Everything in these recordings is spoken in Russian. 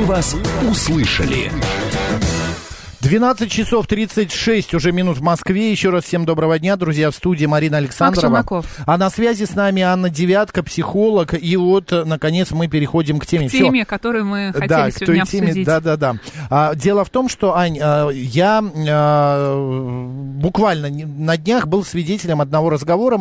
Мы вас услышали. 12 часов 36 уже минут в Москве. Еще раз всем доброго дня, друзья. В студии Марина Александрова. А на связи с нами Анна Девятка, психолог. И вот, наконец, мы переходим к теме. К теме, которую мы хотели сегодня обсудить. Да. Дело в том, что, Ань, я буквально на днях был свидетелем одного разговора.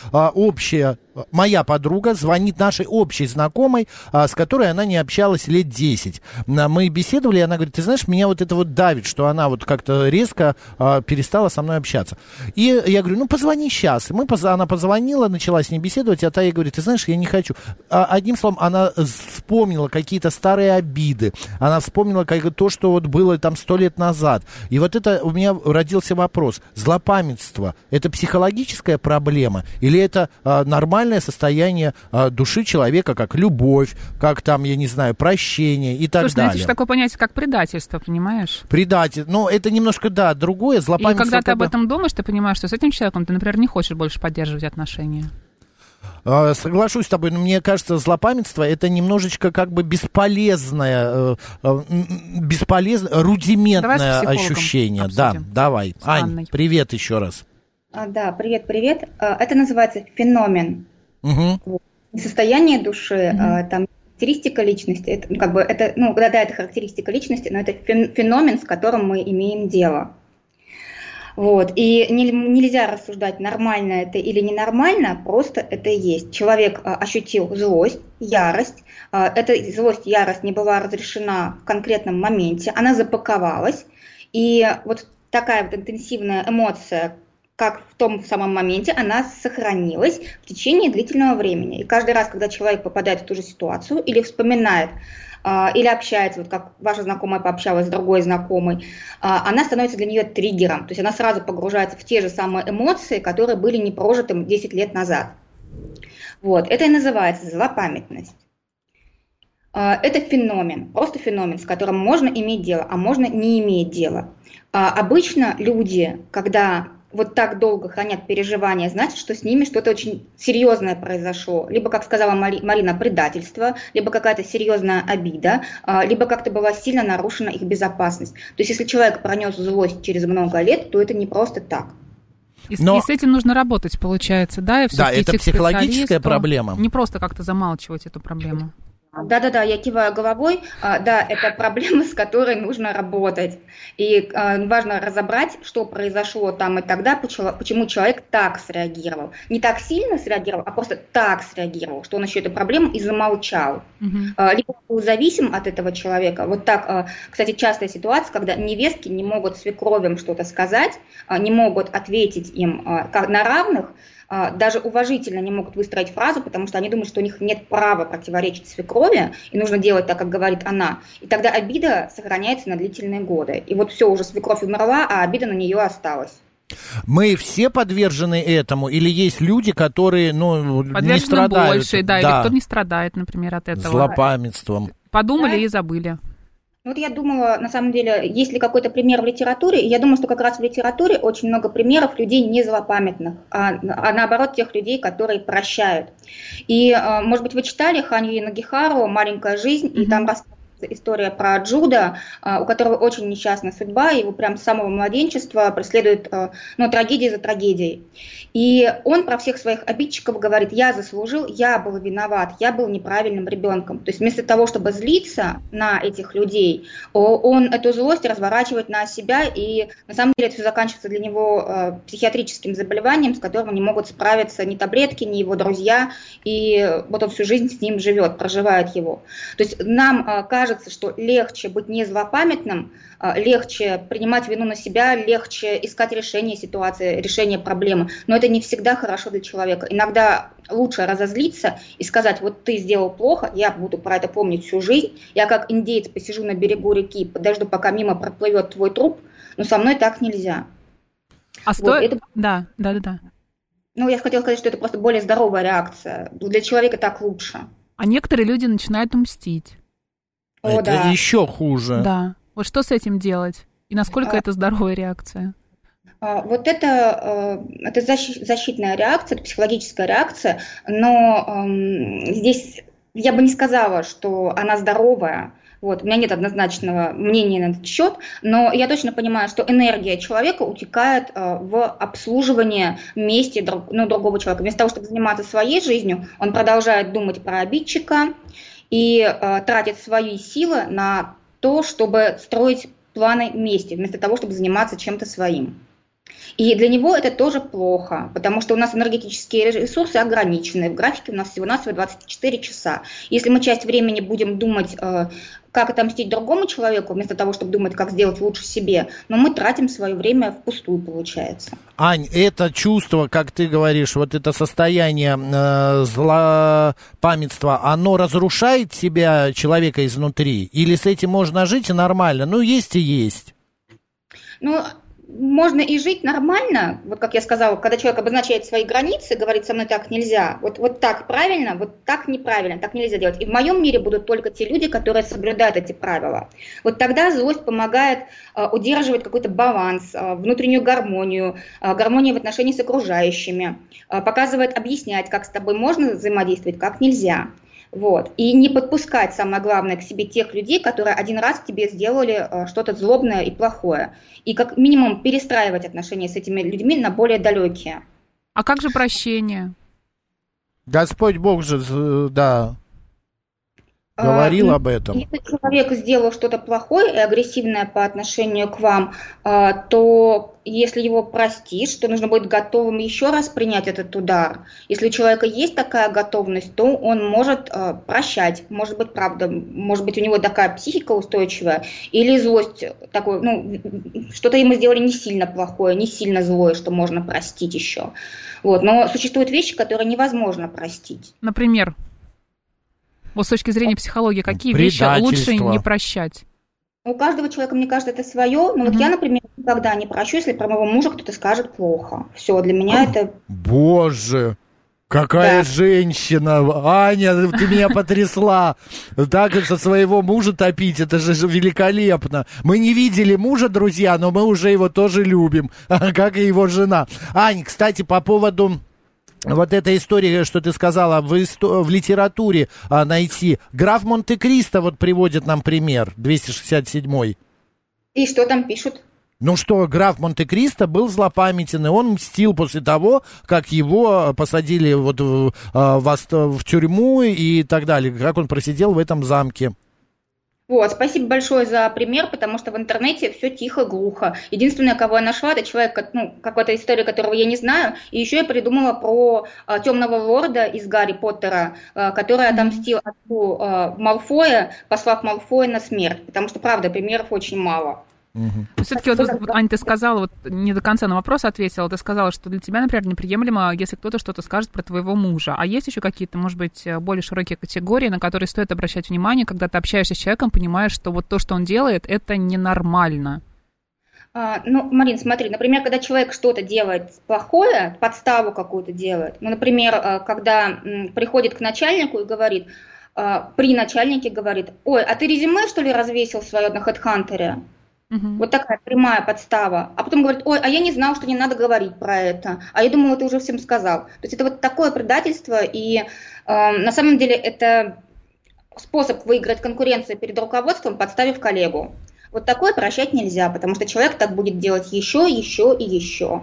Моя подруга звонит нашей общей знакомой, с которой она не общалась лет 10. Мы беседовали, и она говорит: ты знаешь, меня вот это вот давит, что она вот как-то резко перестала со мной общаться. И я говорю: ну, позвони сейчас. Она позвонила, начала с ней беседовать, а та ей говорит: ты знаешь, я не хочу. Одним словом, она вспомнила какие-то старые обиды, она вспомнила то, что вот было там 100 лет назад. И вот это у меня родился вопрос: злопамятство — это психологическая проблема или это нормальное состояние души человека, как любовь, как там, я не знаю, прощение и так далее? Слушай, это же такое понятие, как предательство, понимаешь? Предательство. Ну, это немножко, да, другое. Злопамятство. И когда ты об этом думаешь, ты понимаешь, что с этим человеком ты, например, не хочешь больше поддерживать отношения. Соглашусь с тобой, но мне кажется, злопамятство — это немножечко как бы бесполезное, рудиментное ощущение. Обсудим. Да, давай. Ань, привет еще раз. Да, привет. Это называется феномен. Угу. Состояние души, там характеристика личности, это характеристика личности, но это феномен, с которым мы имеем дело. Вот. И нельзя рассуждать, нормально это или ненормально, просто это и есть. Человек ощутил злость, ярость. Эта злость, ярость не была разрешена в конкретном моменте, она запаковалась. И вот такая вот интенсивная эмоция, как в том самом моменте, она сохранилась в течение длительного времени. И каждый раз, когда человек попадает в ту же ситуацию или вспоминает, или общается, вот как ваша знакомая пообщалась с другой знакомой, она становится для нее триггером. То есть она сразу погружается в те же самые эмоции, которые были не прожиты 10 лет назад. Вот. Это и называется злопамятность. Это феномен, просто феномен, с которым можно иметь дело, а можно не иметь дела. Обычно люди, когда вот так долго хранят переживания, значит, что с ними что-то очень серьезное произошло. Либо, как сказала Марина, предательство, либо какая-то серьезная обида, либо как-то была сильно нарушена их безопасность. То есть, если человек пронес злость через много лет, то это не просто так. И с этим нужно работать, получается, да? И да, это психологическая проблема. Не просто как-то замалчивать эту проблему. Да, я киваю головой. Да, это проблема, с которой нужно работать. И важно разобрать, что произошло там и тогда, почему человек так среагировал. Не так сильно среагировал, а просто так среагировал, что он еще эту проблему и замолчал. Либо был зависим от этого человека. Вот так, кстати, частая ситуация, когда невестки не могут свекровям что-то сказать, не могут ответить им как на равных, даже уважительно не могут выстроить фразу, потому что они думают, что у них нет права противоречить свекрови, и нужно делать так, как говорит она. И тогда обида сохраняется на длительные годы. И вот все, уже свекровь умерла, а обида на нее осталась. Мы все подвержены этому? Или есть люди, которые, не страдают? Больше, да, или кто не страдает, например, от этого. Злопамятством. Подумали и забыли. Вот я думала, на самом деле, есть ли какой-то пример в литературе, и я думаю, что как раз в литературе очень много примеров людей не злопамятных, а наоборот тех людей, которые прощают. И, может быть, вы читали Ханью Нагихару «Маленькая жизнь», и там рассказывается история про Джуда, у которого очень несчастная судьба, его прям с самого младенчества преследует трагедия за трагедией. И он про всех своих обидчиков говорит: я заслужил, я был виноват, я был неправильным ребенком. То есть вместо того, чтобы злиться на этих людей, он эту злость разворачивает на себя, и на самом деле это все заканчивается для него психиатрическим заболеванием, с которым не могут справиться ни таблетки, ни его друзья, и вот он всю жизнь с ним живет, проживает его. То есть нам кажется, что легче быть не злопамятным, легче принимать вину на себя, легче искать решение ситуации, решение проблемы. Но это не всегда хорошо для человека. Иногда лучше разозлиться и сказать: вот ты сделал плохо, я буду про это помнить всю жизнь, я как индеец посижу на берегу реки, подожду, пока мимо проплывет твой труп, но со мной так нельзя. Да. Я хотела сказать, что это просто более здоровая реакция. Для человека так лучше. А некоторые люди начинают мстить. Это еще хуже. Да. Вот что с этим делать? И насколько это здоровая реакция? Вот это защитная реакция, это психологическая реакция, но здесь я бы не сказала, что она здоровая. Вот, у меня нет однозначного мнения на этот счет, но я точно понимаю, что энергия человека утекает в обслуживание вместе другого человека. Вместо того, чтобы заниматься своей жизнью, он продолжает думать про обидчика и тратит свои силы на то, чтобы строить планы вместе, вместо того, чтобы заниматься чем-то своим. И для него это тоже плохо, потому что у нас энергетические ресурсы ограничены. В графике у нас всего-навсего 24 часа. Если мы часть времени будем думать, как отомстить другому человеку, вместо того, чтобы думать, как сделать лучше себе, но мы тратим свое время впустую, получается. Ань, это чувство, как ты говоришь, вот это состояние злопамятства, оно разрушает себя, человека изнутри? Или с этим можно жить и нормально? Ну, есть и есть. Ну, можно и жить нормально, вот как я сказала, когда человек обозначает свои границы, говорит, со мной так нельзя, вот так правильно, вот так неправильно, так нельзя делать. И в моем мире будут только те люди, которые соблюдают эти правила. Вот тогда злость помогает удерживать какой-то баланс, внутреннюю гармонию, гармонию в отношении с окружающими, показывает, объяснять, как с тобой можно взаимодействовать, как нельзя. Вот. И не подпускать, самое главное, к себе тех людей, которые один раз тебе сделали что-то злобное и плохое. И как минимум перестраивать отношения с этими людьми на более далекие. А как же прощение? Господь Бог же, да, говорил об этом. Если человек сделал что-то плохое и агрессивное по отношению к вам, то если его простишь, то нужно будет готовым еще раз принять этот удар. Если у человека есть такая готовность, то он может прощать. Может быть, правда, может быть, у него такая психика устойчивая, или злость такой, что-то ему сделали не сильно плохое, не сильно злое, что можно простить еще. Вот. Но существуют вещи, которые невозможно простить. Например? Вот с точки зрения психологии, какие вещи лучше не прощать? У каждого человека, мне кажется, это свое. Но вот я, например, никогда не прощу, если про моего мужа кто-то скажет плохо. Все, для меня это... Боже, какая женщина! Аня, ты меня потрясла! Так со своего мужа топить, это же великолепно! Мы не видели мужа, друзья, но мы уже его тоже любим, как и его жена. Ань, кстати, по поводу... Вот эта история, что ты сказала, в литературе найти. Граф Монте-Кристо вот приводит нам пример, 267-й. И что там пишут? Ну что, граф Монте-Кристо был злопамятен, и он мстил после того, как его посадили вот в тюрьму и так далее, как он просидел в этом замке. Вот, спасибо большое за пример, потому что в интернете все тихо, глухо. Единственное, кого я нашла, это человек, какая-то история, которого я не знаю. И еще я придумала про темного лорда из Гарри Поттера, который отомстил отцу Малфоя, послав Малфоя на смерть. Потому что, правда, примеров очень мало. Все-таки, Аня, ты сказала, вот не до конца на вопрос ответила, ты сказала, что для тебя, например, неприемлемо, если кто-то что-то скажет про твоего мужа. А есть еще какие-то, может быть, более широкие категории, на которые стоит обращать внимание, когда ты общаешься с человеком, понимаешь, что вот то, что он делает, это ненормально? Марин, смотри, например, когда человек что-то делает плохое, подставу какую-то делает, например, когда приходит к начальнику и говорит, при начальнике говорит, ой, а ты резюме, что ли, развесил свое на HeadHunter? Вот такая прямая подстава. А потом говорит, ой, а я не знал, что не надо говорить про это. А я думала, ты уже всем сказал. То есть это вот такое предательство, и на самом деле это способ выиграть конкуренцию перед руководством, подставив коллегу. Вот такое прощать нельзя, потому что человек так будет делать еще и еще.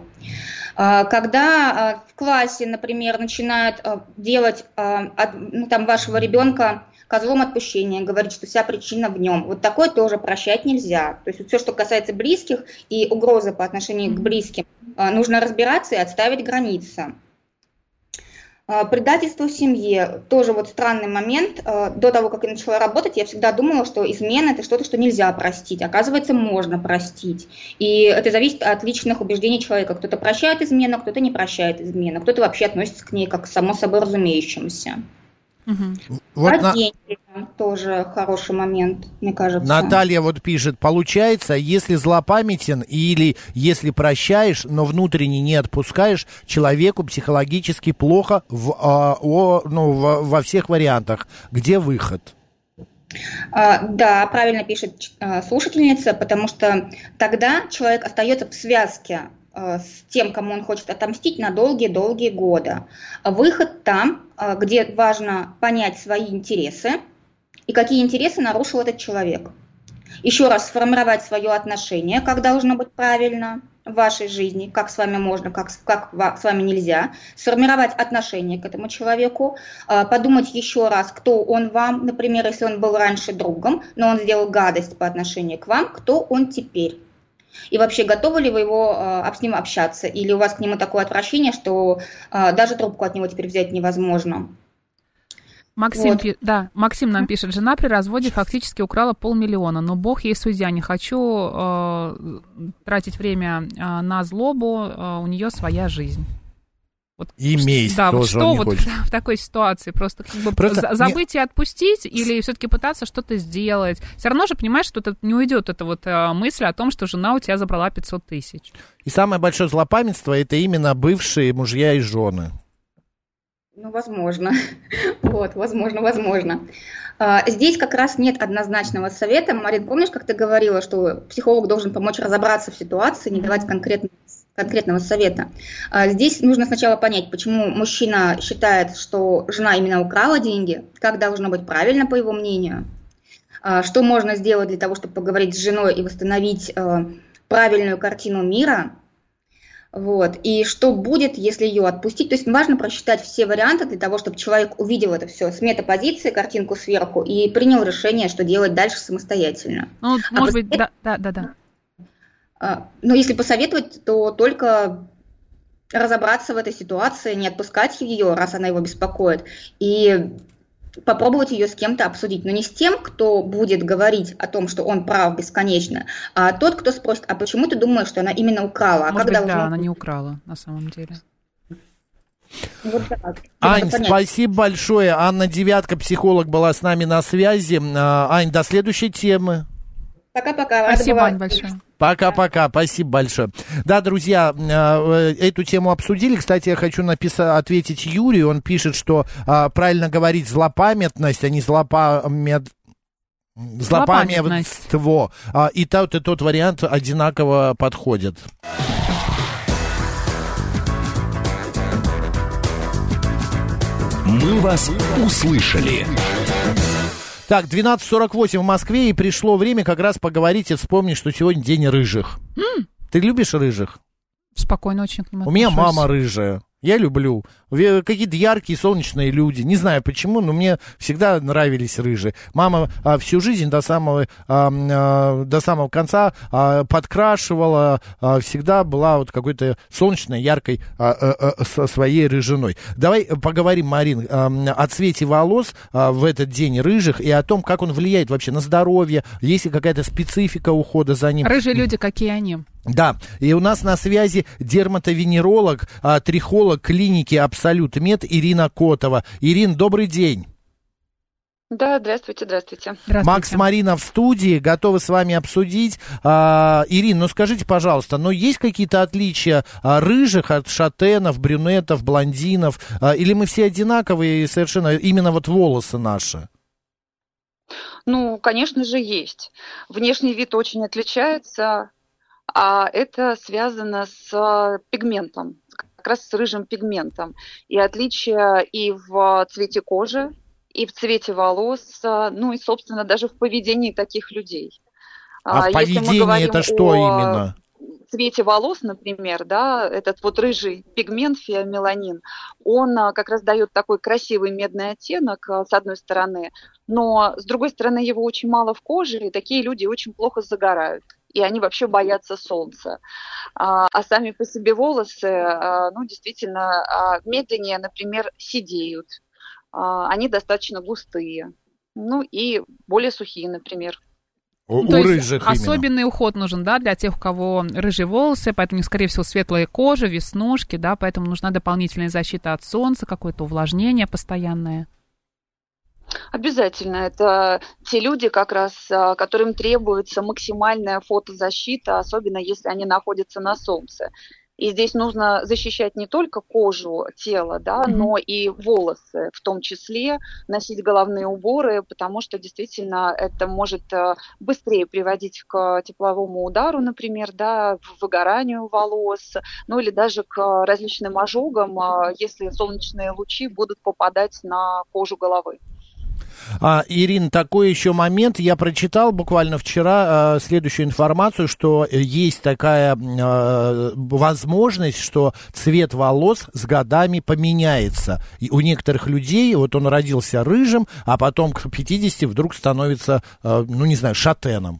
Когда в классе, например, начинают делать вашего ребенка козлом отпущения, говорит, что вся причина в нем. Вот такое тоже прощать нельзя. То есть вот все, что касается близких и угрозы по отношению к близким, нужно разбираться и отставить границы. Предательство в семье тоже вот странный момент. До того, как я начала работать, я всегда думала, что измена – это что-то, что нельзя простить. Оказывается, можно простить. И это зависит от личных убеждений человека. Кто-то прощает измену, кто-то не прощает измену, кто-то вообще относится к ней как к само собой разумеющемуся. Вот деньги тоже хороший момент, мне кажется. Наталья вот пишет, получается, если злопамятен или если прощаешь, но внутренне не отпускаешь, человеку психологически плохо во всех вариантах. Где выход? Да, правильно пишет слушательница, потому что тогда человек остается в связке с тем, кому он хочет отомстить на долгие-долгие годы. Выход там, где важно понять свои интересы и какие интересы нарушил этот человек. Еще раз сформировать свое отношение, как должно быть правильно в вашей жизни, как с вами можно, как с вами нельзя, сформировать отношение к этому человеку, подумать еще раз, кто он вам, например, если он был раньше другом, но он сделал гадость по отношению к вам, кто он теперь. И вообще, готовы ли вы с ним общаться, или у вас к нему такое отвращение, что даже трубку от него теперь взять невозможно. Максим, Вот. Максим нам пишет, жена при разводе фактически украла 500 000, но Бог ей судья, не хочу тратить время на злобу, у нее своя жизнь. Вот, и месть да, тоже вот что он не вот хочет. в такой ситуации? Просто как бы забыть и отпустить, или все-таки пытаться что-то сделать? Все равно же понимаешь, что это не уйдет эта вот мысль о том, что жена у тебя забрала 500 000. И самое большое злопамятство — это именно бывшие мужья и жены. Ну, возможно. Вот, возможно. Здесь как раз нет однозначного совета. Марин, помнишь, как ты говорила, что психолог должен помочь разобраться в ситуации, не давать конкретного совета? Здесь нужно сначала понять, почему мужчина считает, что жена именно украла деньги, как должно быть правильно, по его мнению, что можно сделать для того, чтобы поговорить с женой и восстановить правильную картину мира. Вот. И что будет, если ее отпустить? То есть важно просчитать все варианты для того, чтобы человек увидел это все с метапозиции, картинку сверху, и принял решение, что делать дальше самостоятельно. Ну, может быть, да. Но если посоветовать, то только разобраться в этой ситуации, не отпускать ее, раз она его беспокоит, и попробовать ее с кем-то обсудить, но не с тем, кто будет говорить о том, что он прав бесконечно, а тот, кто спросит, а почему ты думаешь, что она именно украла? Может быть, да, она не украла на самом деле. Вот так. Ань, спасибо большое. Анна Девятка, психолог, была с нами на связи. Ань, до следующей темы. Пока-пока. Спасибо, Ань, большое. Пока-пока, спасибо большое. Да, друзья, эту тему обсудили. Кстати, я хочу ответить Юрию. Он пишет, что правильно говорить злопамятность, а не злопамятство. И тот вариант одинаково подходит. Мы вас услышали. Так, 12:48 в Москве, и пришло время как раз поговорить и вспомнить, что сегодня день рыжих. Ты любишь рыжих? Спокойно очень к ним отношусь. У меня мама рыжая. Я люблю. Какие-то яркие, солнечные люди. Не знаю почему, но мне всегда нравились рыжие. Мама всю жизнь до самого конца подкрашивала. Всегда была вот какой-то солнечной, яркой своей рыжиной. Давай поговорим, Марин, о цвете волос в этот день рыжих и о том, как он влияет вообще на здоровье. Есть ли какая-то специфика ухода за ним? Рыжие люди, какие они? Да, и у нас на связи дерматовенеролог, трихолог клиники «Абсолют Мед» Ирина Котова. Ирин, добрый день. Да, здравствуйте. Макс, Марина в студии, готовы с вами обсудить. Ирин, ну скажите, пожалуйста, но есть какие-то отличия рыжих от шатенов, брюнетов, блондинов? Или мы все одинаковые совершенно, именно вот волосы наши? Ну, конечно же, есть. Внешний вид очень отличается. А это связано с пигментом, как раз с рыжим пигментом. И отличия и в цвете кожи, и в цвете волос, ну и, собственно, даже в поведении таких людей. А в поведении это что именно? В цвете волос, например, да, этот вот рыжий пигмент, фиомеланин, он как раз дает такой красивый медный оттенок, с одной стороны, но с другой стороны его очень мало в коже, и такие люди очень плохо загорают. И они вообще боятся солнца. А сами по себе волосы, ну, действительно, медленнее, например, седеют. Они достаточно густые. Ну, и более сухие, например. У то рыжих есть особенный уход нужен, да, для тех, у кого рыжие волосы, поэтому, скорее всего, светлая кожа, веснушки, да, поэтому нужна дополнительная защита от солнца, какое-то увлажнение постоянное. Обязательно. Это те люди, как раз, которым требуется максимальная фотозащита, особенно если они находятся на солнце. И здесь нужно защищать не только кожу тела, да, но и волосы, в том числе носить головные уборы, потому что действительно это может быстрее приводить к тепловому удару, например, да, к выгоранию волос, ну или даже к различным ожогам, если солнечные лучи будут попадать на кожу головы. Ирина, такой еще момент. Я прочитал буквально вчера следующую информацию, что есть такая возможность, что цвет волос с годами поменяется. И у некоторых людей, вот он родился рыжим, а потом к 50 вдруг становится, ну не знаю, шатеном.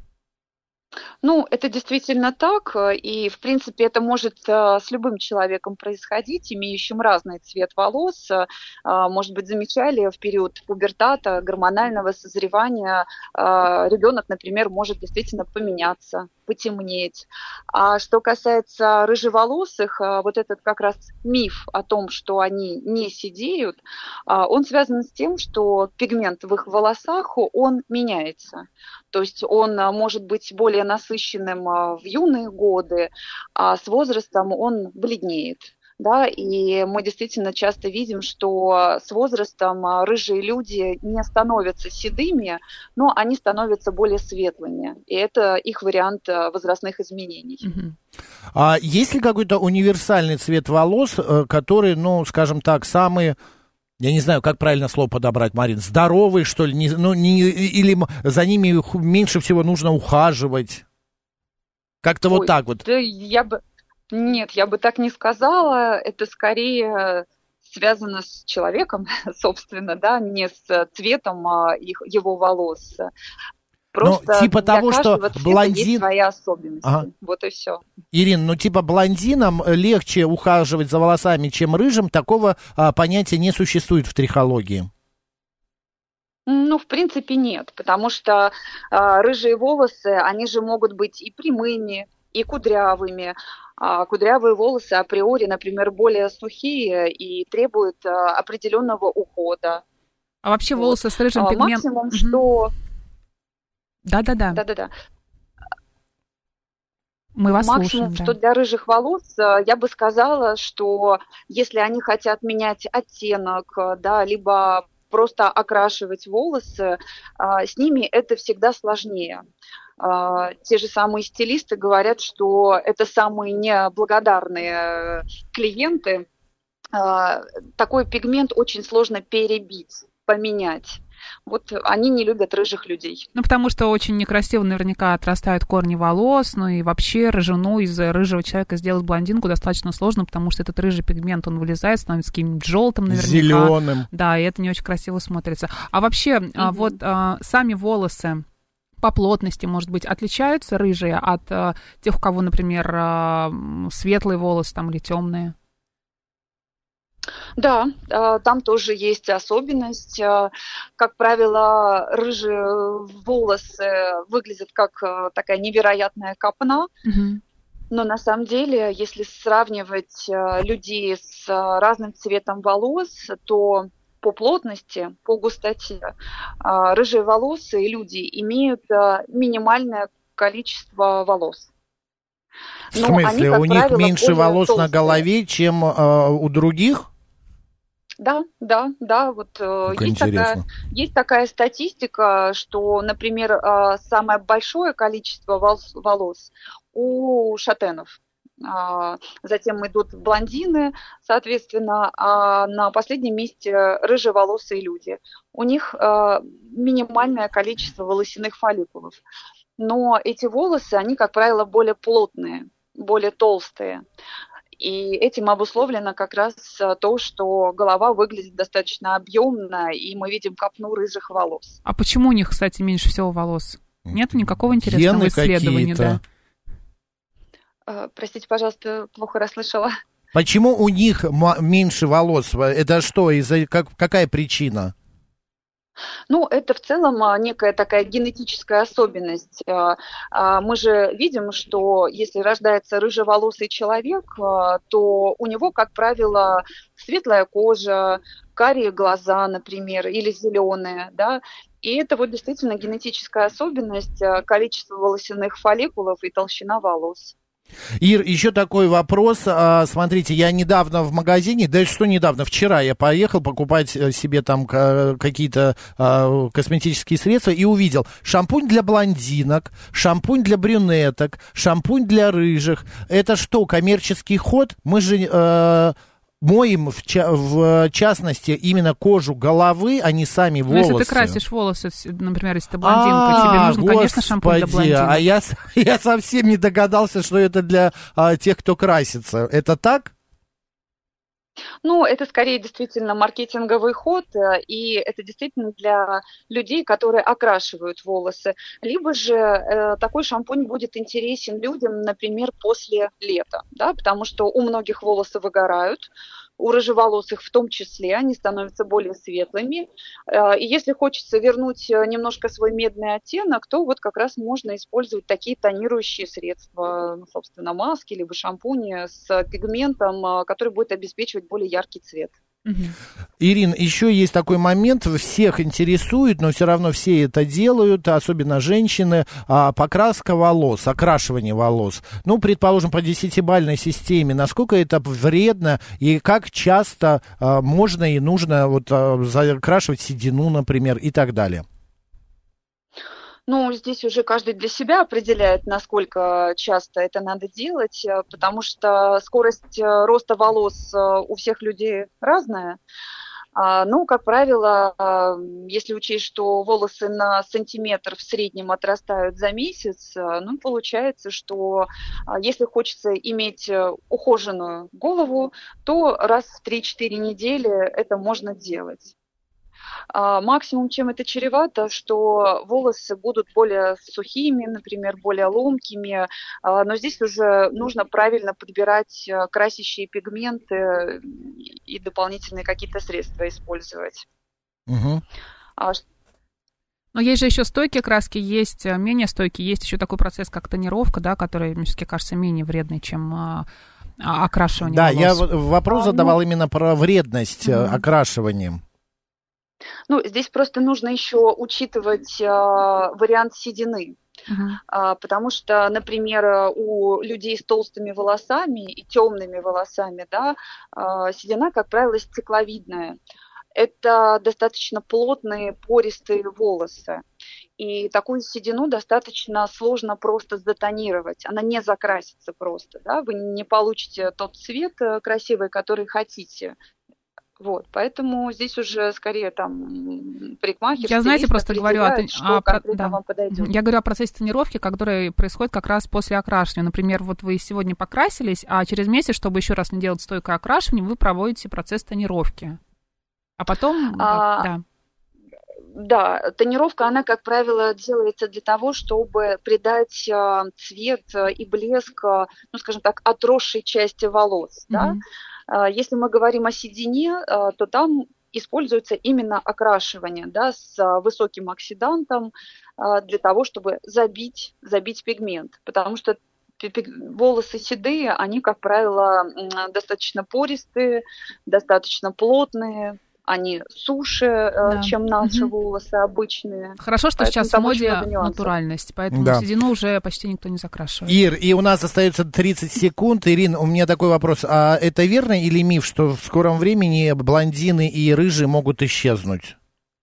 Ну, это действительно так, и, в принципе, это может с любым человеком происходить, имеющим разный цвет волос. Может быть, замечали, в период пубертата, гормонального созревания ребенок, например, может действительно поменяться, потемнеть. А что касается рыжеволосых, вот этот как раз миф о том, что они не седеют, он связан с тем, что пигмент в их волосах, он меняется. То есть он может быть более насыщенным в юные годы, а с возрастом он бледнеет. Да, и мы действительно часто видим, что с возрастом рыжие люди не становятся седыми, но они становятся более светлыми. И это их вариант возрастных изменений. А есть ли какой-то универсальный цвет волос, который, ну, скажем так, самый... Я не знаю, как правильно слово подобрать, Марин. Здоровый, что ли? Или за ними меньше всего нужно ухаживать? Как-то вот так вот. Да Нет, я бы так не сказала. Это скорее связано с человеком, собственно, да, не с цветом его волос. Просто ну, типа для того, что блондин... есть свои особенности. Ага. Вот и все. Ирина, ну типа блондинам легче ухаживать за волосами, чем рыжим, такого понятия не существует в трихологии. Ну, в принципе, нет, потому что рыжие волосы, они же могут быть и прямыми, и кудрявыми. Кудрявые волосы априори, например, более сухие и требуют определенного ухода. А вообще волосы с рыжим пигментом... Максимум, что... Да-да-да. Мы вас Максимум, слушаем, что для рыжих волос, я бы сказала, что если они хотят менять оттенок, да, либо просто окрашивать волосы, с ними это всегда сложнее. Те же самые стилисты говорят, что это самые неблагодарные клиенты. Такой пигмент очень сложно перебить, поменять. Вот они не любят рыжих людей. Ну, потому что очень некрасиво наверняка отрастают корни волос, ну и вообще рыжину из рыжего человека сделать блондинку достаточно сложно, потому что этот рыжий пигмент, он вылезает, становится каким-нибудь желтым наверняка. Зеленым. Да, и это не очень красиво смотрится. А вообще, вот сами волосы по плотности, может быть, отличаются рыжие от тех, у кого, например, светлые волосы там или темные? Да, там тоже есть особенность. Как правило, рыжие волосы выглядят как такая невероятная копна. Но на самом деле, если сравнивать людей с разным цветом волос, то по плотности, по густоте рыжие волосы и люди имеют минимальное количество волос. В смысле, у них меньше волос толстые на голове, чем у других? Да, вот есть такая статистика, что, например, самое большое количество волос у шатенов. Затем идут блондины, соответственно, а на последнем месте рыжеволосые люди. У них минимальное количество волосяных фолликулов. Но эти волосы, они, как правило, более плотные, более толстые. И этим обусловлено как раз то, что голова выглядит достаточно объемно, и мы видим копну рыжих волос. А почему у них, кстати, меньше всего волос? Нет никакого интересного исследования, да? Простите, пожалуйста, плохо расслышала. Почему у них меньше волос? Это что, какая причина? Ну, это в целом некая такая генетическая особенность. Мы же видим, что если рождается рыжеволосый человек, то у него, как правило, светлая кожа, карие глаза, например, или зеленые, да, и это вот действительно генетическая особенность, количество волосяных фолликулов и толщина волос. Ир, еще такой вопрос. Смотрите, я недавно в магазине, вчера я поехал покупать себе там какие-то косметические средства и увидел шампунь для блондинок, шампунь для брюнеток, шампунь для рыжих. Это что, коммерческий ход? Мы же моем, в частности, именно кожу головы, а не сами волосы. Ну, если ты красишь волосы, например, если ты блондинка, тебе нужен, конечно, шампунь для блондинок. А я совсем не догадался, что это для тех, кто красится. Это так? Ну, это скорее действительно маркетинговый ход, и это действительно для людей, которые окрашивают волосы. Либо же такой шампунь будет интересен людям, например, после лета, да, потому что у многих волосы выгорают, у рыжеволосых в том числе, они становятся более светлыми. И если хочется вернуть немножко свой медный оттенок, то вот как раз можно использовать такие тонирующие средства, собственно, маски либо шампуни с пигментом, который будет обеспечивать более яркий цвет. Ирин, еще есть такой момент, всех интересует, но все равно все это делают, особенно женщины, покраска волос, окрашивание волос. Ну, предположим, по 10-бальной системе, насколько это вредно и как часто можно и нужно вот закрашивать седину, например, и так далее? Ну, здесь уже каждый для себя определяет, насколько часто это надо делать, потому что скорость роста волос у всех людей разная. Ну, как правило, если учесть, что волосы на сантиметр в среднем отрастают за месяц, ну, получается, что если хочется иметь ухоженную голову, то раз в 3-4 недели это можно делать. Максимум, чем это чревато, что волосы будут более сухими, например, более ломкими, но здесь уже нужно правильно подбирать красящие пигменты и дополнительные какие-то средства использовать. Угу. Но есть же еще стойкие краски, есть менее стойкие, есть еще такой процесс, как тонировка, да, который, мне все-таки кажется, менее вредный, чем окрашивание волос. Да, я вопрос задавал именно про вредность окрашиванием. Ну, здесь просто нужно еще учитывать вариант седины. Потому что, например, у людей с толстыми волосами и темными волосами, да, седина, как правило, стекловидная. Это достаточно плотные, пористые волосы. И такую седину достаточно сложно просто затонировать. Она не закрасится просто. Да? Вы не получите тот цвет красивый, который хотите. Вот, поэтому здесь уже скорее там парикмахер. Я, знаете, просто говорю вам подойдет. Я говорю о процессе тонировки, который происходит как раз после окрашивания. Например, вот вы сегодня покрасились, а через месяц, чтобы еще раз не делать стойкое окрашивание, вы проводите процесс тонировки. А потом, Да, тонировка, она, как правило, делается для того, чтобы придать цвет и блеск, ну, скажем так, отросшей части волос, да. Если мы говорим о седине, то там используется именно окрашивание, да, с высоким оксидантом для того, чтобы забить пигмент, потому что волосы седые, они, как правило, достаточно пористые, достаточно плотные. Они суше, чем наши волосы обычные. Хорошо, что сейчас в моде натуральность, поэтому седину уже почти никто не закрашивает. Ир, и у нас остается 30 секунд. Ирин, у меня такой вопрос. А это верно или миф, что в скором времени блондины и рыжие могут исчезнуть?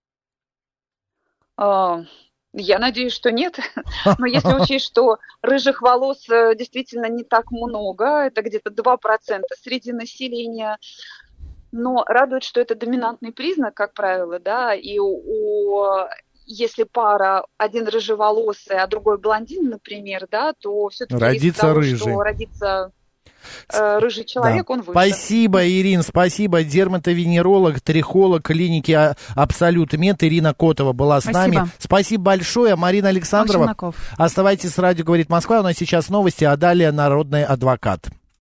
Я надеюсь, что нет. Но если учесть, что рыжих волос действительно не так много, это где-то 2% среди населения. Но радует, что это доминантный признак, как правило, да, и если пара, один рыжеволосый, а другой блондин, например, да, то все-таки родится рыжий. Что родится рыжий человек, он выше. Спасибо, Ирин, спасибо. Дерматовенеролог, трихолог клиники Абсолют Мед Ирина Котова была с нами. Спасибо большое. Марина Александрова. Оставайтесь с радио «Говорит Москва». У нас сейчас новости, а далее народный адвокат.